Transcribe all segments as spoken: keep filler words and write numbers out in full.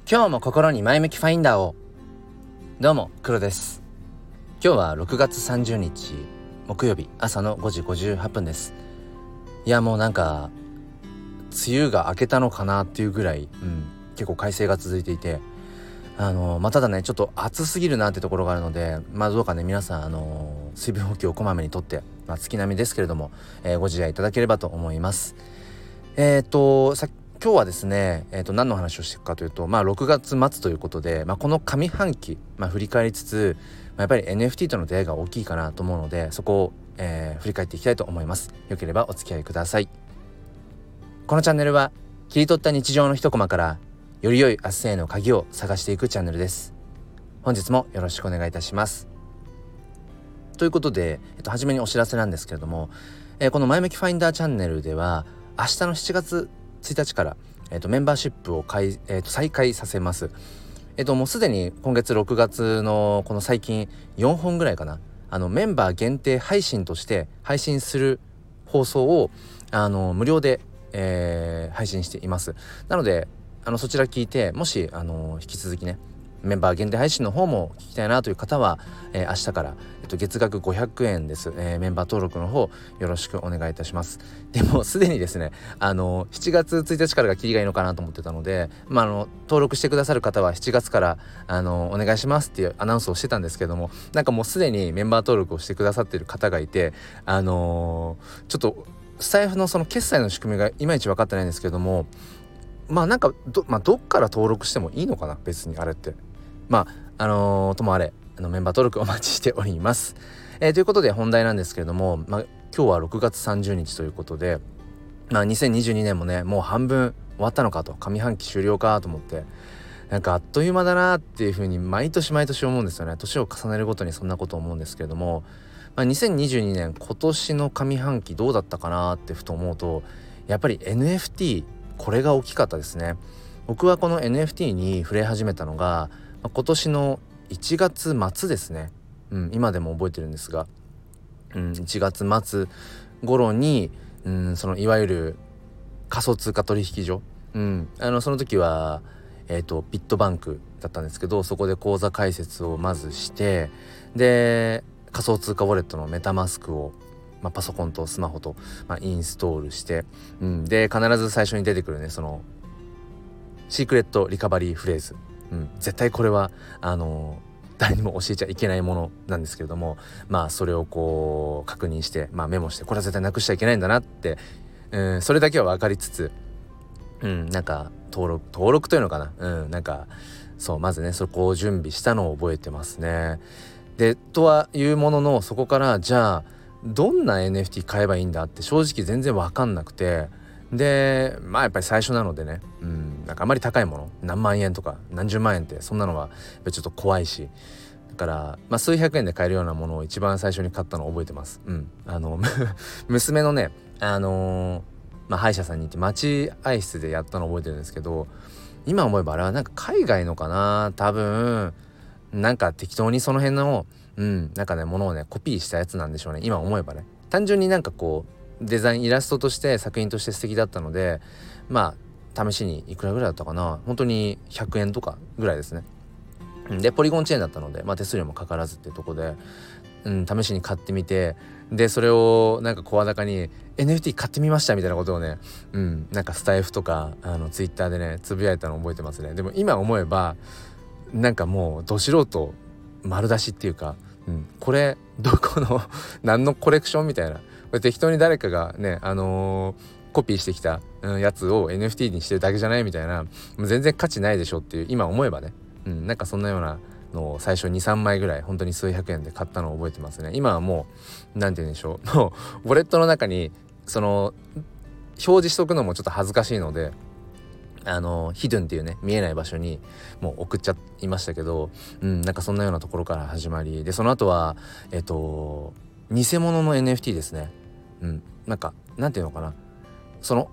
今日も心に前向きファインダーを。どうも黒です。今日はろくがつさんじゅうにち木曜日朝のごじごじゅうはっぷんです。いやもうなんか梅雨が明けたのかなっていうぐらい、うん、結構快晴が続いていて、あのまあ、ただねちょっと暑すぎるなってところがあるので、まあどうかね皆さんあの水分補給をこまめにとって、まあ、月並みですけれども、えー、ご自愛いただければと思います。えーとさ今日はですね、えーと何の話をしていくかというと、まあろくがつ末ということで、まあ、この上半期、まあ、振り返りつつ、まあ、やっぱり エヌエフティー との出会いが大きいかなと思うので、そこを、えー、振り返っていきたいと思います。よければお付き合いください。このチャンネルは切り取った日常の一コマからより良い明日への鍵を探していくチャンネルです。本日もよろしくお願いいたします。ということで、えっと、初めにお知らせなんですけれども、えー、この前向きファインダーチャンネルでは明日のしちがつついたちから、えー、とメンバーシップを開、えー、と再開させます。えっ、ともうすでに今月ろくがつのこの最近よんほんぐらいかな、あのメンバー限定配信として配信する放送をあの無料で、えー配信しています。なのであのそちら聞いて、もしあの引き続きねメンバー限定配信の方も聞きたいなという方は、えー、明日から、えっと、月額ごひゃくえんです、えー、メンバー登録の方よろしくお願いいたします。でもすでにですねあのしちがつついたちからが切りがいいのかなと思ってたので、まあ、あの登録してくださる方はしちがつからあのお願いしますっていうアナウンスをしてたんですけども、なんかもうすでにメンバー登録をしてくださっている方がいて、あのー、ちょっとスタイフのその決済の仕組みがいまいち分かってないんですけども、まあなんか ど,、まあ、どっから登録してもいいのかな、別にあれって。まああのー、ともあれあのメンバー登録お待ちしております。えー、ということで本題なんですけれども、まあ、今日はろくがつさんじゅうにちということで、まあ、にせんにじゅうにねんもねもう半分終わったのかと、上半期終了かと思って、なんかあっという間だなっていう風に毎年毎年思うんですよね。年を重ねるごとにそんなこと思うんですけれども、まあ、にせんにじゅうにねん今年の上半期どうだったかなってふと思うと、やっぱり エヌエフティー これが大きかったですね。僕はこの エヌエフティー に触れ始めたのが、まあ、今年のいちがつ末ですね。うん、今でも覚えてるんですが、うん、いちがつ末頃に、うん、そのいわゆる仮想通貨取引所、うん、あのその時は、えーと、ビットバンクだったんですけど、そこで口座開設をまずして、で仮想通貨ウォレットのメタマスクを、まあ、パソコンとスマホと、まあ、インストールして、うん、で必ず最初に出てくるねそのシークレットリカバリーフレーズ、うん、絶対これはあの誰にも教えちゃいけないものなんですけれども、まあそれをこう確認して、まあ、メモして、これは絶対なくしちゃいけないんだなって、うん、それだけは分かりつつ、うん、なんか登録登録というのかな、うん、なんかそうまずねそこを準備したのを覚えてますね。でとはいうものの、そこからじゃあどんな エヌエフティー 買えばいいんだって正直全然分かんなくて、でまあやっぱり最初なのでね、うん、なんかあまり高いもの何万円とか何十万円ってそんなのはやっぱりちょっと怖いし、だから、まあ、数百円で買えるようなものを一番最初に買ったのを覚えてます。うん、あの娘のねあのーまあ、歯医者さんに行って待合室でやったのを覚えてるんですけど、今思えばあれはなんか海外のかな、多分なんか適当にその辺のうんなんかねものをねコピーしたやつなんでしょうね、今思えばね。単純になんかこうデザインイラストとして作品として素敵だったので、まあ試しにいくらぐらいだったかな、本当にひゃくえんとかぐらいですね。でポリゴンチェーンだったので、まあ、手数料もかからずっていうとこで、うん、試しに買ってみて、でそれをなんか声高に エヌエフティー 買ってみましたみたいなことをね、うん、なんかスタイフとかあのツイッターでねつぶやいたのを覚えてますね。でも今思えばなんかもうど素人丸出しっていうか、うん、これどこの何のコレクションみたいな、これ適当に誰かがねあのー、コピーしてきた、うん、やつを エヌエフティー にしてるだけじゃないみたいな、もう全然価値ないでしょっていう今思えばね、うん、なんかそんなようなのを最初 に,さん 枚ぐらい本当に数百円で買ったのを覚えてますね。今はもうなんて言うんでしょう、もうウォレットの中にその表示しとくのもちょっと恥ずかしいので、あのヒドゥンっていうね見えない場所にもう送っちゃいましたけど、うん、なんかそんなようなところから始まりで、その後はえっと偽物の エヌエフティー ですね。うん、なんかなんていうのかな、その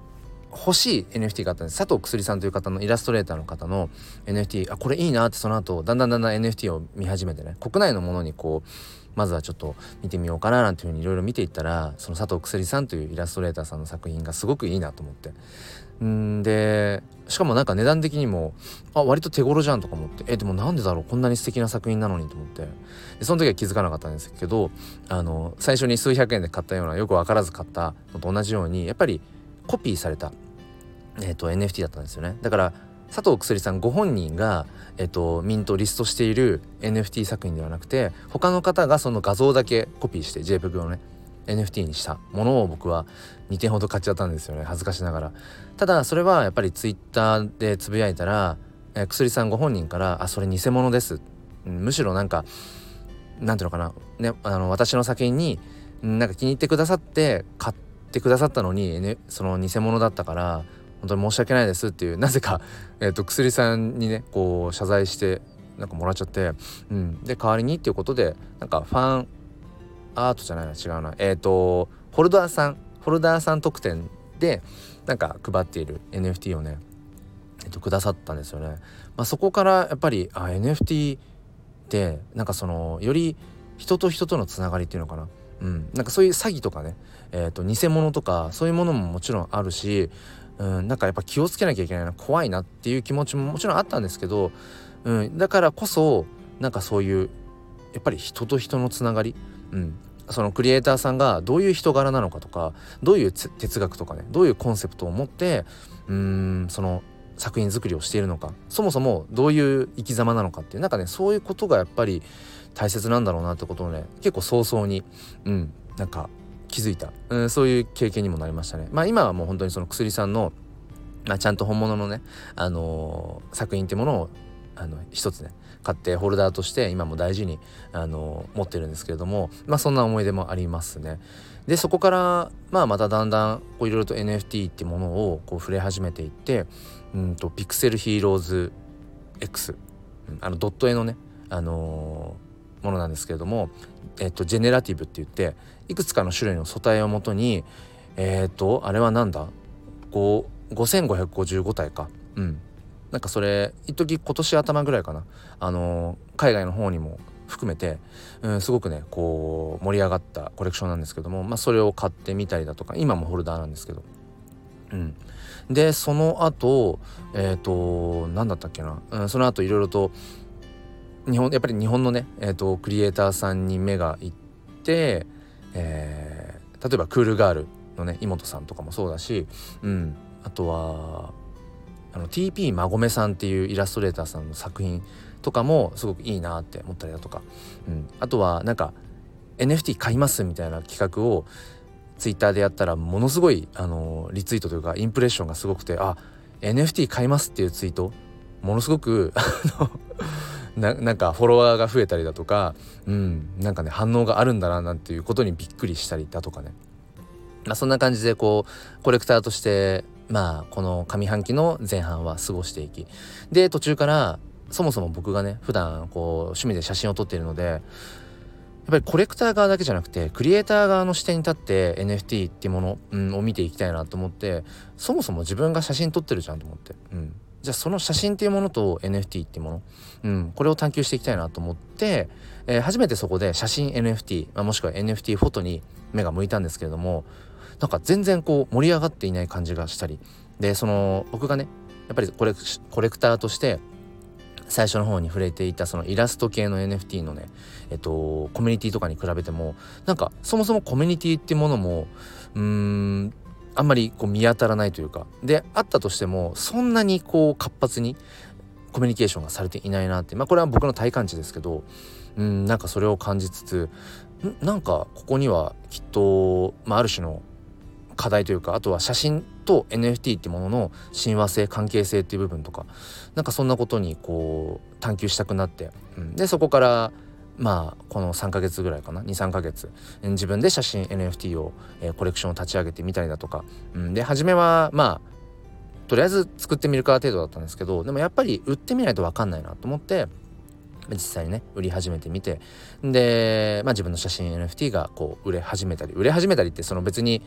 欲しい エヌエフティー があったんです。佐藤くすりさんという方のイラストレーターの方の エヌエフティー、あこれいいなって、その後だんだんだんだん エヌエフティー を見始めてね、国内のものにこうまずはちょっと見てみようかななんていうふうにいろいろ見ていったら、その佐藤くすりさんというイラストレーターさんの作品がすごくいいなと思って、んでしかもなんか値段的にもあ割と手頃じゃんとか思って、えでもなんでだろう、こんなに素敵な作品なのにと思って、でその時は気づかなかったんですけど、あの最初に数百円で買ったようなよく分からず買ったのと同じように、やっぱりコピーされた、えー、と エヌエフティー だったんですよね。だから佐藤くすりさんご本人が、えー、とミントリストしている エヌエフティー 作品ではなくて、他の方がその画像だけコピーして ジェイピーイージー をね エヌエフティー にしたものを僕はにてんほど買っちゃったんですよね、恥ずかしながら。ただそれはやっぱりツイッターでつぶやいたら、えー、くすりさんご本人からあそれ偽物です、うん、むしろなんかなんていうのかな、ね、あの私の作品になんか気に入ってくださって買ってくださったのに、ね、その偽物だったから本当に申し訳ないですっていう、なぜか、えー、とくすりさんにねこう謝罪してなんかもらっちゃって、うん、で代わりにっていうことでなんかファンアートじゃないな違うなえっ、ー、とホルダーさんホルダーさん特典でなんか配っている エヌエフティー をね、えー、とくださったんですよね。まあ、そこからやっぱりあ エヌエフティー ってなんかそのより人と人とのつながりっていうのかな、うん、なんかそういう詐欺とかね、えー、と偽物とかそういうものももちろんあるし、うん、なんかやっぱ気をつけなきゃいけないな、怖いなっていう気持ちももちろんあったんですけど、うん、だからこそなんかそういうやっぱり人と人のつながり、うん、そのクリエイターさんがどういう人柄なのかとか、どういう哲学とかね、どういうコンセプトを持ってうーんその作品作りをしているのか、そもそもどういう生き様なのかっていう、なんかねそういうことがやっぱり大切なんだろうなってことをね結構早々にうんなんか気づいた、うん、そういう経験にもなりましたね。まあ今はもう本当にそのくすりさんの、まあ、ちゃんと本物のね、あのー、作品ってものをあの一つね買ってホルダーとして今も大事に、あのー、持ってるんですけれども、まあそんな思い出もありますね。でそこからまあまただんだんこういろいろと エヌエフティー ってものをこう触れ始めていって、うんとピクセルヒーローズ X、うん、あのドット絵のね、あのーものなんですけれども、えっとジェネラティブって言っていくつかの種類の素体をもとにえっとあれはなんだごせんごひゃくごじゅうごたいか、うんなんかそれ一時今年頭ぐらいかな、あのー、海外の方にも含めて、うん、すごくねこう盛り上がったコレクションなんですけども、まあそれを買ってみたりだとか、今もホルダーなんですけど、うんでその後えっと何だったっけな、うん、その後いろいろと日本やっぱり日本のね、えーと、クリエイターさんに目がいって、えー、例えばクールガールのね妹さんとかもそうだし、うん、あとはあの ティーピー まごめさんっていうイラストレーターさんの作品とかもすごくいいなって思ったりだとか、うん、あとはなんか エヌエフティー 買いますみたいな企画をツイッターでやったらものすごいあのリツイートというかインプレッションがすごくて、あ エヌエフティー 買いますっていうツイートものすごくあのな, なんかフォロワーが増えたりだとか、うん、なんかね反応があるんだななんていうことにびっくりしたりだとかね、まあ、そんな感じでこうコレクターとしてまあこの上半期の前半は過ごしていき、で途中からそもそも僕がね普段こう趣味で写真を撮っているので、やっぱりコレクター側だけじゃなくてクリエイター側の視点に立って エヌエフティー っていうもの、うん、を見ていきたいなと思って、そもそも自分が写真撮ってるじゃんと思って、うんじゃあその写真っていうものと エヌエフティー っていうもの、うん、これを探求していきたいなと思って、えー、初めてそこで写真 エヌエフティー、まあ、もしくは エヌエフティー フォトに目が向いたんですけれども、なんか全然こう盛り上がっていない感じがしたりで、その僕がねやっぱりコレク、コレクターとして最初の方に触れていたそのイラスト系の エヌエフティー のねえっとコミュニティとかに比べてもなんかそもそもコミュニティっていうものもうーんあんまりこう見当たらないというか、であったとしてもそんなにこう活発にコミュニケーションがされていないなって、まあこれは僕の体感値ですけど、うんなんかそれを感じつつ、んなんかここにはきっと、まあ、ある種の課題というか、あとは写真と エヌエフティー っていうものの親和性関係性っていう部分とか、なんかそんなことにこう探求したくなって、うん、でそこからまあこのさんかげつぐらいかな にさんかげつ自分で写真 エヌエフティー を、えー、コレクションを立ち上げてみたりだとか、うん、で初めはまあとりあえず作ってみるか程度だったんですけど、でもやっぱり売ってみないと分かんないなと思って実際にね売り始めてみて、で、まあ、自分の写真 エヌエフティー がこう売れ始めたり売れ始めたりってその別に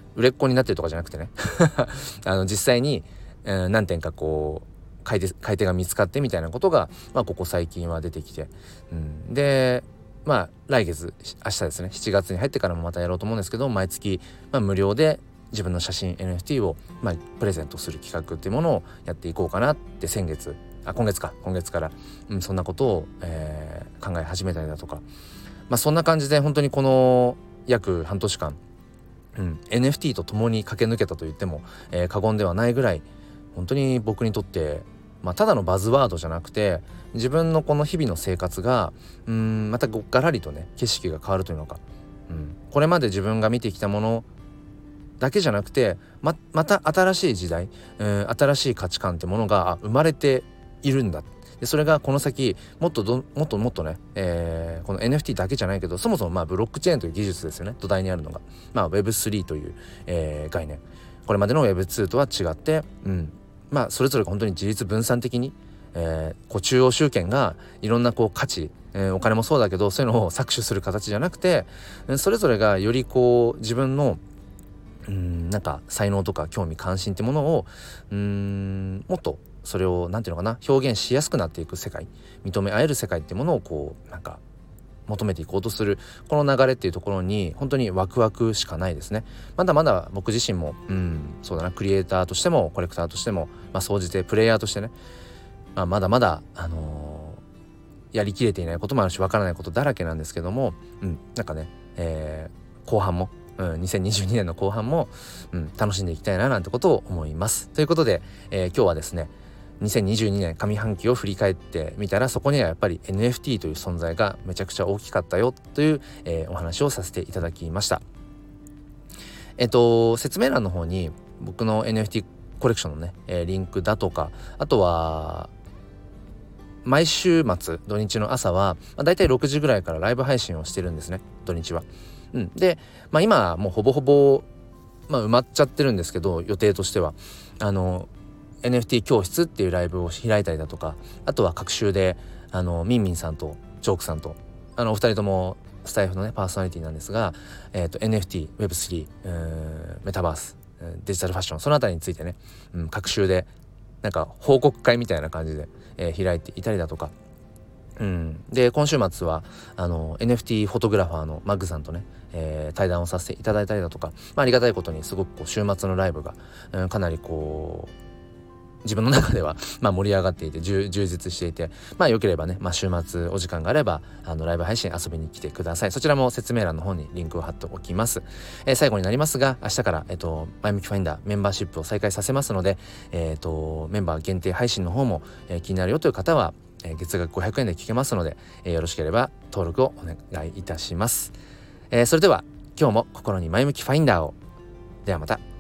売れっ子になってるとかじゃなくてねあの実際に、えー、何点かこう買い手買い手が見つかってみたいなことが、まあ、ここ最近は出てきて、うん、でまあ来月明日ですねしちがつに入ってからもまたやろうと思うんですけど、毎月、まあ、無料で自分の写真 エヌエフティー を、まあ、プレゼントする企画っていうものをやっていこうかなって先月あ今月か今月から、うん、そんなことを、えー、考え始めたりだとか、まあ、そんな感じで本当にこの約半年間、うん、エヌエフティー と共に駆け抜けたと言っても、えー、過言ではないぐらい本当に僕にとって、まあ、ただのバズワードじゃなくて自分のこの日々の生活がうーんまたガラリとね景色が変わるというのか、うん、これまで自分が見てきたものだけじゃなくて ま, また新しい時代、うん、新しい価値観ってものが生まれているんだ。でそれがこの先もっとどもっともっとね、えー、この エヌエフティー だけじゃないけど、そもそもまあブロックチェーンという技術ですよね、土台にあるのが、まあ、ウェブスリー という、えー、概念、これまでの ウェブツー とは違って、うん、まあそれぞれが本当に自立分散的に、えー、こう中央集権がいろんなこう価値、えー、お金もそうだけどそういうのを搾取する形じゃなくて、それぞれがよりこう自分のうんなんか才能とか興味関心ってものをうーんもっとそれをなんていうのかな表現しやすくなっていく世界、認め合える世界っていうものをこうなんか求めていこうとするこの流れっていうところに本当にワクワクしかないですね。まだまだ僕自身もうんそうだなクリエイターとしてもコレクターとしても、まあ、総じてプレイヤーとしてね、まあ、まだまだあのー、やりきれていないこともあるしわからないことだらけなんですけども、うんなんかね、えー、後半もうん、にせんにじゅうにねんの後半も、うん、楽しんでいきたいななんてことを思います。ということで、えー、今日はですねにせんにじゅうにねん上半期を振り返ってみたら、そこにはやっぱり エヌエフティー という存在がめちゃくちゃ大きかったよという、えー、お話をさせていただきました。えっと説明欄の方に僕の エヌエフティー コレクションのね、えー、リンクだとか、あとは毎週末土日の朝は、まあ、だいたいろくじぐらいからライブ配信をしてるんですね、土日は。うん、で、まあ、今もうほぼほぼ、まあ、埋まっちゃってるんですけど、予定としてはあの エヌエフティー 教室っていうライブを開いたりだとか、あとは各週であのミンミンさんとジョークさんとあのお二人ともスタイフのねパーソナリティなんですが、えー、と エヌエフティー、ウェブスリー、メタバース、デジタルファッション、そのあたりについてね、うん、各週でなんか報告会みたいな感じで、えー、開いていたりだとか、うん、で今週末はあの エヌエフティー フォトグラファーのマッグさんとね、えー、対談をさせていただいたりだとか、まあ、ありがたいことにすごくこう週末のライブが、うん、かなりこう自分の中ではまあ盛り上がっていて充実していて、まあよければね、まあ、週末お時間があればあのライブ配信遊びに来てください。そちらも説明欄の方にリンクを貼っておきます。えー、最後になりますが、明日から、えっと、前向きファインダーメンバーシップを再開させますので、えっと、メンバー限定配信の方も、えー、気になるよという方は、えー、月額ごひゃくえんで聞けますので、えー、よろしければ登録をお願いいたします。えー、それでは今日も心に前向きファインダーを。ではまた。